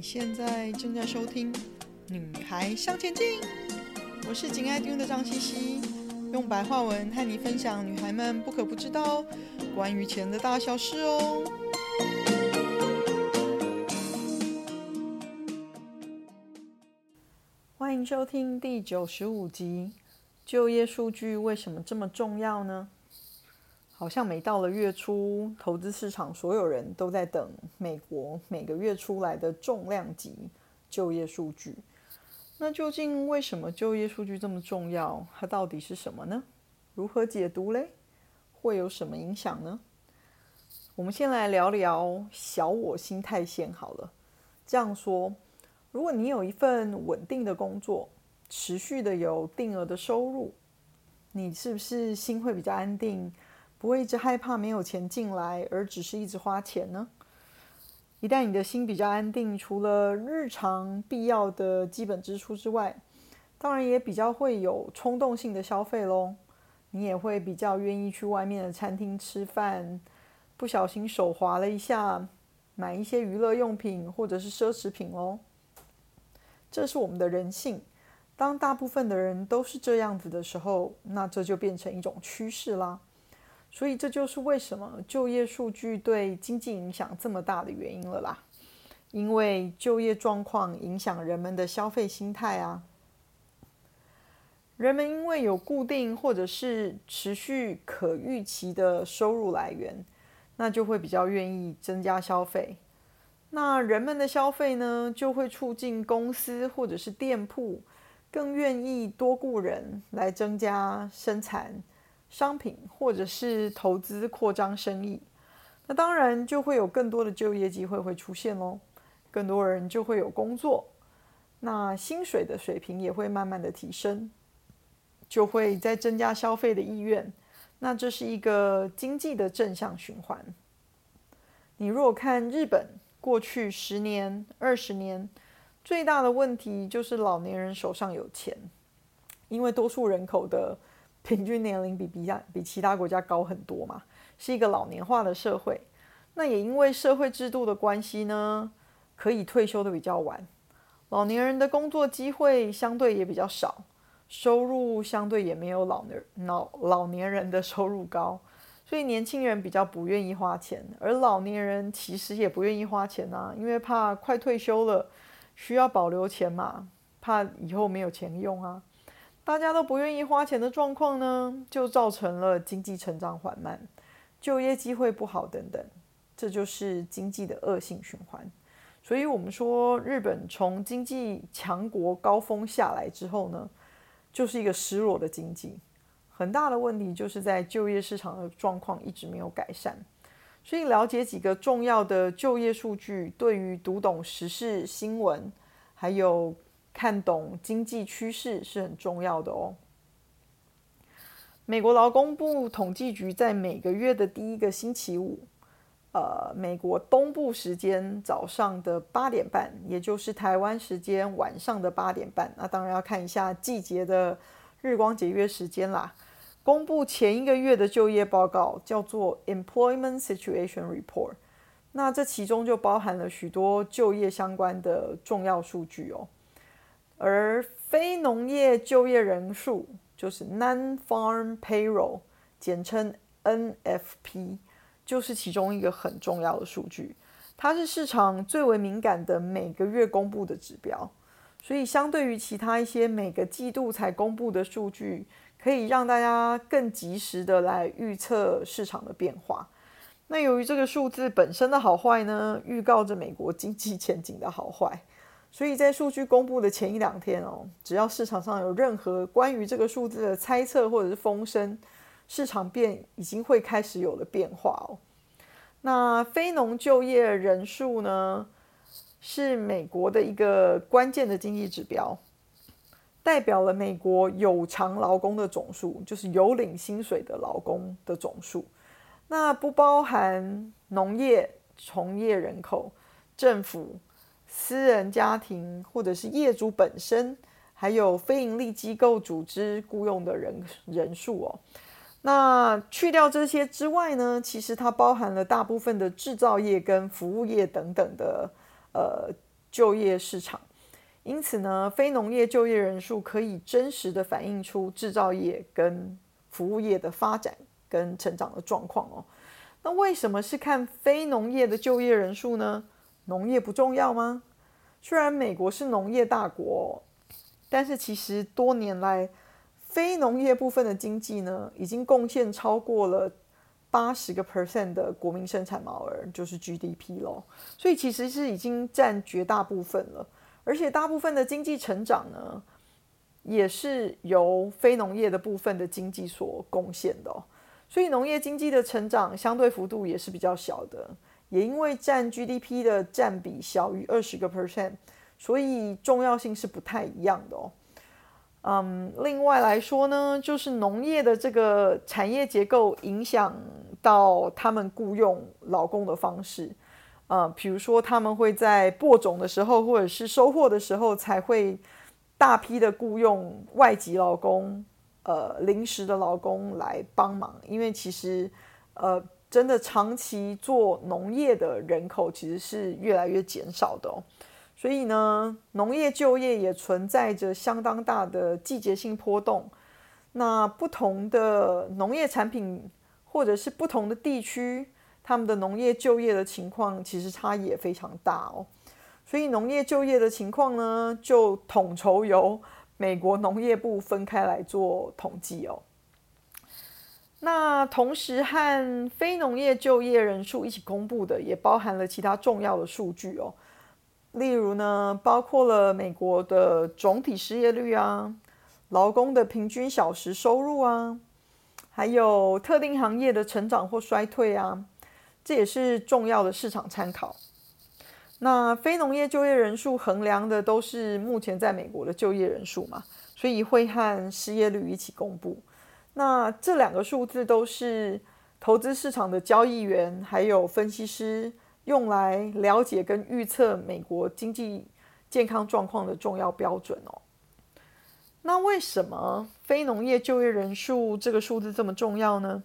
现在正在收听《女孩向前进》，我是紧爱听的张茜茜，用白话文和你分享女孩们不可不知道关于钱的大小事哦。欢迎收听第95集，就业数据为什么这么重要呢？好像每到了月初，投资市场所有人都在等美国每个月出来的重量级就业数据。那究竟为什么就业数据这么重要？它到底是什么呢？如何解读嘞？会有什么影响呢？我们先来聊聊小我心态线好了。这样说，如果你有一份稳定的工作，持续的有定额的收入，你是不是心会比较安定？不会一直害怕没有钱进来，而只是一直花钱呢？一旦你的心比较安定，除了日常必要的基本支出之外，当然也比较会有冲动性的消费咯。你也会比较愿意去外面的餐厅吃饭，不小心手滑了一下，买一些娱乐用品或者是奢侈品咯。这是我们的人性。当大部分的人都是这样子的时候，那这就变成一种趋势啦。所以这就是为什么就业数据对经济影响这么大的原因了啦。因为就业状况影响人们的消费心态啊。人们因为有固定或者是持续可预期的收入来源，那就会比较愿意增加消费。那人们的消费呢，就会促进公司或者是店铺更愿意多雇人来增加生产商品，或者是投资扩张生意。那当然就会有更多的就业机会会出现咯，更多人就会有工作，那薪水的水平也会慢慢的提升，就会再增加消费的意愿。那这是一个经济的正向循环。你如果看日本过去10年、20年，最大的问题就是老年人手上有钱，因为多数人口的平均年龄比其他国家高很多嘛，是一个老年化的社会。那也因为社会制度的关系呢，可以退休的比较晚，老年人的工作机会相对也比较少，收入相对也没有老年人的收入高，所以年轻人比较不愿意花钱，而老年人其实也不愿意花钱啊，因为怕快退休了需要保留钱嘛，怕以后没有钱用啊。大家都不愿意花钱的状况呢，就造成了经济成长缓慢，就业机会不好等等，这就是经济的恶性循环。所以我们说日本从经济强国高峰下来之后呢，就是一个失落的经济，很大的问题就是在就业市场的状况一直没有改善。所以了解几个重要的就业数据，对于读懂时事新闻还有看懂经济趋势是很重要的哦。美国劳工部统计局在每个月的第一个星期五，美国东部时间早上的8点半，也就是台湾时间晚上的8点半，那当然要看一下季节的日光节约时间啦。公布前一个月的就业报告，叫做 Employment Situation Report。那这其中就包含了许多就业相关的重要数据哦。而非农业就业人数就是 Non-Farm Payroll， 简称 NFP， 就是其中一个很重要的数据。它是市场最为敏感的每个月公布的指标，所以相对于其他一些每个季度才公布的数据，可以让大家更及时的来预测市场的变化。那由于这个数字本身的好坏呢，预告着美国经济前景的好坏，所以在数据公布的前1-2天哦，只要市场上有任何关于这个数字的猜测或者是风声，市场已经会开始有了变化哦。那非农就业人数呢，是美国的一个关键的经济指标，代表了美国有偿劳工的总数，就是有领薪水的劳工的总数。那不包含农业从业人口、政府、私人家庭或者是业主本身，还有非营利机构组织雇用的人数哦。那去掉这些之外呢，其实它包含了大部分的制造业跟服务业等等的就业市场。因此呢，非农业就业人数可以真实的反映出制造业跟服务业的发展跟成长的状况哦。那为什么是看非农业的就业人数呢？农业不重要吗？虽然美国是农业大国，但是其实多年来，非农业部分的经济呢，已经贡献超过了80% 的国民生产毛额，就是 GDP 咯。所以其实是已经占绝大部分了。而且大部分的经济成长呢，也是由非农业的部分的经济所贡献的哦。所以农业经济的成长相对幅度也是比较小的，也因为占 GDP 的占比小于20%，所以重要性是不太一样的哦。另外来说呢，就是农业的这个产业结构影响到他们雇用劳工的方式。比如说他们会在播种的时候或者是收获的时候才会大批的雇用外籍劳工、临时的劳工来帮忙，因为其实真的长期做农业的人口其实是越来越减少的哦。所以呢，农业就业也存在着相当大的季节性波动。那不同的农业产品或者是不同的地区，他们的农业就业的情况其实差异也非常大哦。所以农业就业的情况呢，就统筹由美国农业部分开来做统计哦。那同时和非农业就业人数一起公布的，也包含了其他重要的数据哦。例如呢，包括了美国的总体失业率啊，劳工的平均小时收入啊，还有特定行业的成长或衰退啊，这也是重要的市场参考。那非农业就业人数衡量的都是目前在美国的就业人数嘛，所以会和失业率一起公布。那这两个数字都是投资市场的交易员还有分析师用来了解跟预测美国经济健康状况的重要标准哦。那为什么非农业就业人数这个数字这么重要呢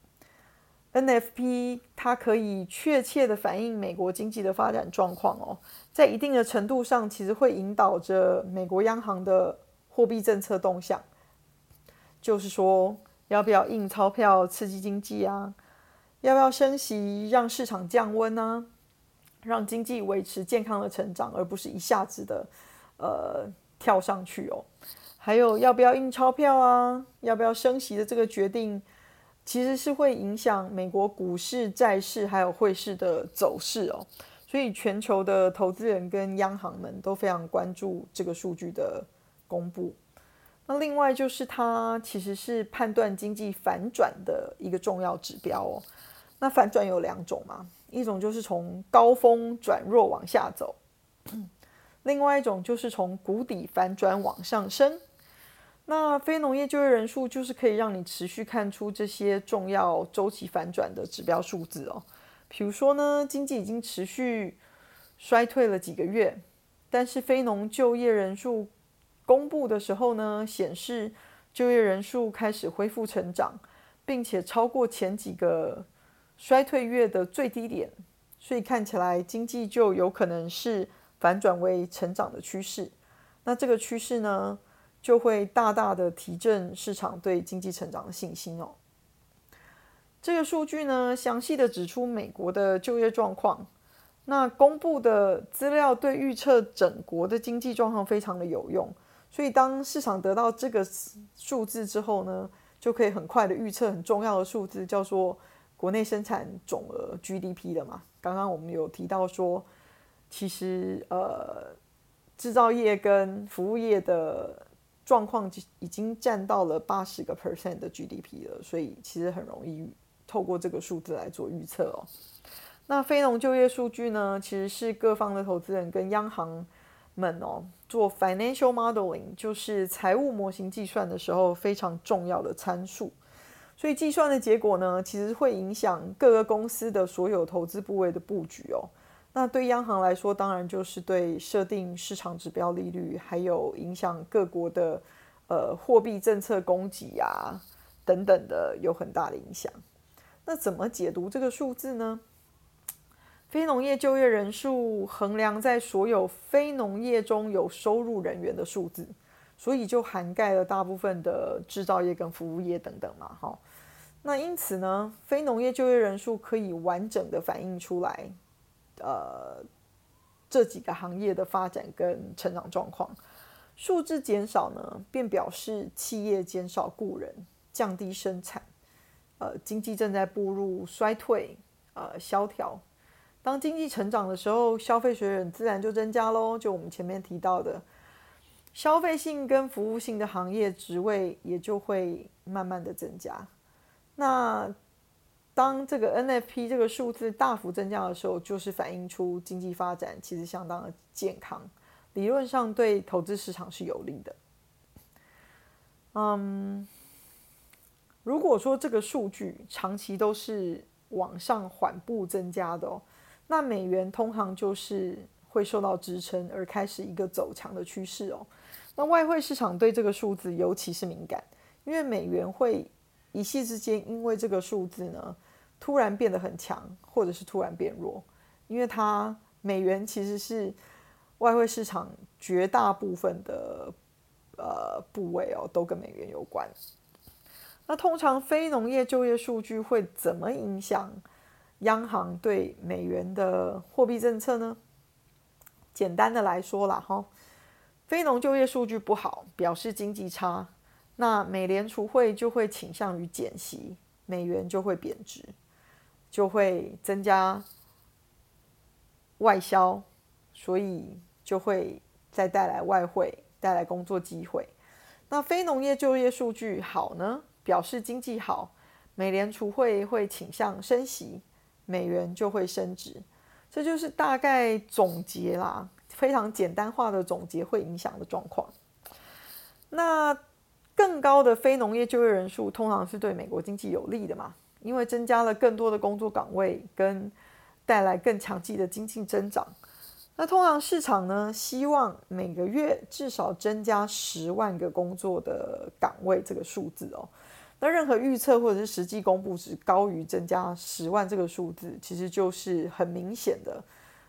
？NFP 它可以确切的反映美国经济的发展状况哦，在一定的程度上，其实会引导着美国央行的货币政策动向，就是说要不要印钞票刺激经济啊，要不要升息让市场降温啊，让经济维持健康的成长，而不是一下子的跳上去哦。还有要不要印钞票啊，要不要升息的这个决定，其实是会影响美国股市、债市还有汇市的走势哦。所以全球的投资人跟央行们都非常关注这个数据的公布。那另外就是它其实是判断经济反转的一个重要指标哦。那反转有两种嘛，一种就是从高峰转弱往下走，另外一种就是从谷底反转往上升。那非农业就业人数就是可以让你持续看出这些重要周期反转的指标数字哦。比如说呢，经济已经持续衰退了几个月，但是非农就业人数公布的时候呢，显示就业人数开始恢复成长，并且超过前几个衰退月的最低点，所以看起来经济就有可能是反转为成长的趋势。那这个趋势呢，就会大大的提振市场对经济成长的信心哦。这个数据呢，详细的指出美国的就业状况。那公布的资料对预测整国的经济状况非常的有用，所以当市场得到这个数字之后呢，就可以很快的预测很重要的数字，叫做国内生产总额 GDP 的嘛。刚刚我们有提到说，其实制造业跟服务业的状况已经占到了80% 的 GDP 了，所以其实很容易透过这个数字来做预测哦。那非农就业数据呢，其实是各方的投资人跟央行们做 financial modeling， 就是财务模型计算的时候非常重要的参数。所以计算的结果呢，其实会影响各个公司的所有投资部位的布局哦。那对央行来说，当然就是对设定市场指标利率，还有影响各国的货币政策供给啊等等的有很大的影响。那怎么解读这个数字呢？ 非农业就业人数衡量在所有非农业中有收入人员的数字，所以就涵盖了大部分的制造业跟服务业等等嘛。那因此呢，非农业就业人数可以完整的反映出来这几个行业的发展跟成长状况。数字减少呢，便表示企业减少雇人，降低生产，经济正在步入衰退，萧条。当经济成长的时候，消费水准自然就增加咯，就我们前面提到的，消费性跟服务性的行业职位也就会慢慢的增加。那当这个 NFP 这个数字大幅增加的时候，就是反映出经济发展其实相当的健康，理论上对投资市场是有利的。如果说这个数据长期都是往上缓步增加的那美元通常就是会受到支撑而开始一个走强的趋势那外汇市场对这个数字尤其是敏感，因为美元会一夕之间因为这个数字呢突然变得很强，或者是突然变弱，因为美元其实是外汇市场绝大部分的部位都跟美元有关。那通常非农业就业数据会怎么影响央行对美元的货币政策呢？简单的来说啦，非农就业数据不好，表示经济差，那美联储会就会倾向于减息，美元就会贬值，就会增加外销，所以就会再带来外汇，带来工作机会。那非农业就业数据好呢，表示经济好，美联储会倾向升息，美元就会升值。这就是大概总结啦，非常简单化的总结会影响的状况。那更高的非农业就业人数通常是对美国经济有利的嘛，因为增加了更多的工作岗位跟带来更强劲的经济增长。那通常市场呢，希望每个月至少增加10万个工作的岗位这个数字那任何预测或者是实际公布值高于增加10万这个数字，其实就是很明显的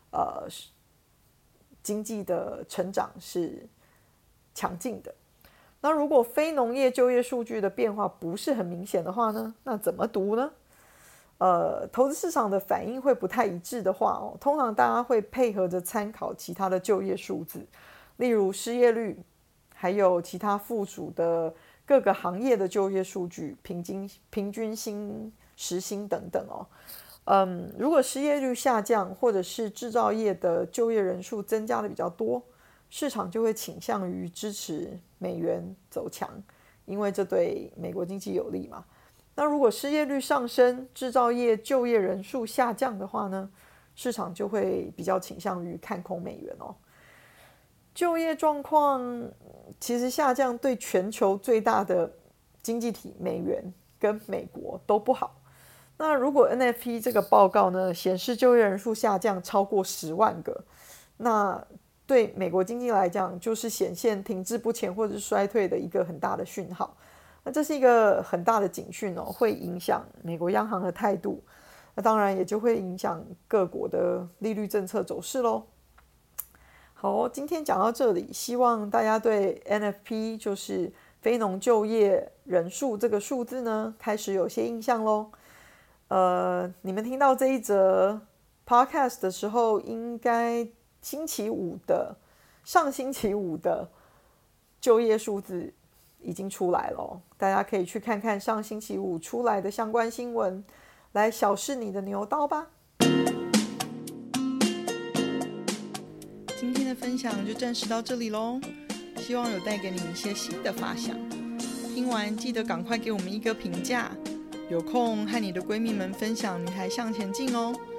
经济的成长是强劲的。那如果非农业就业数据的变化不是很明显的话呢，那怎么读呢？投资市场的反应会不太一致的话通常大家会配合着参考其他的就业数字，例如失业率，还有其他附属的各个行业的就业数据，平均薪、时薪等等如果失业率下降，或者是制造业的就业人数增加的比较多，市场就会倾向于支持美元走强，因为这对美国经济有利嘛。那如果失业率上升，制造业就业人数下降的话呢，市场就会比较倾向于看空美元就业状况其实下降对全球最大的经济体美元跟美国都不好。那如果 NFP 这个报告呢显示就业人数下降超过10万个，那对美国经济来讲就是显现停滞不前或者是衰退的一个很大的讯号。那这是一个很大的警讯会影响美国央行的态度，那当然也就会影响各国的利率政策走势咯。好，今天讲到这里，希望大家对 NFP 就是非农就业人数这个数字呢开始有些印象咯。你们听到这一则 podcast 的时候，应该上星期五的就业数字已经出来了大家可以去看看上星期五出来的相关新闻，来小试你的牛刀吧。今天的分享就暂时到这里咯，希望有带给你一些新的发想。听完记得赶快给我们一个评价，有空和你的闺蜜们分享女孩向前进哦。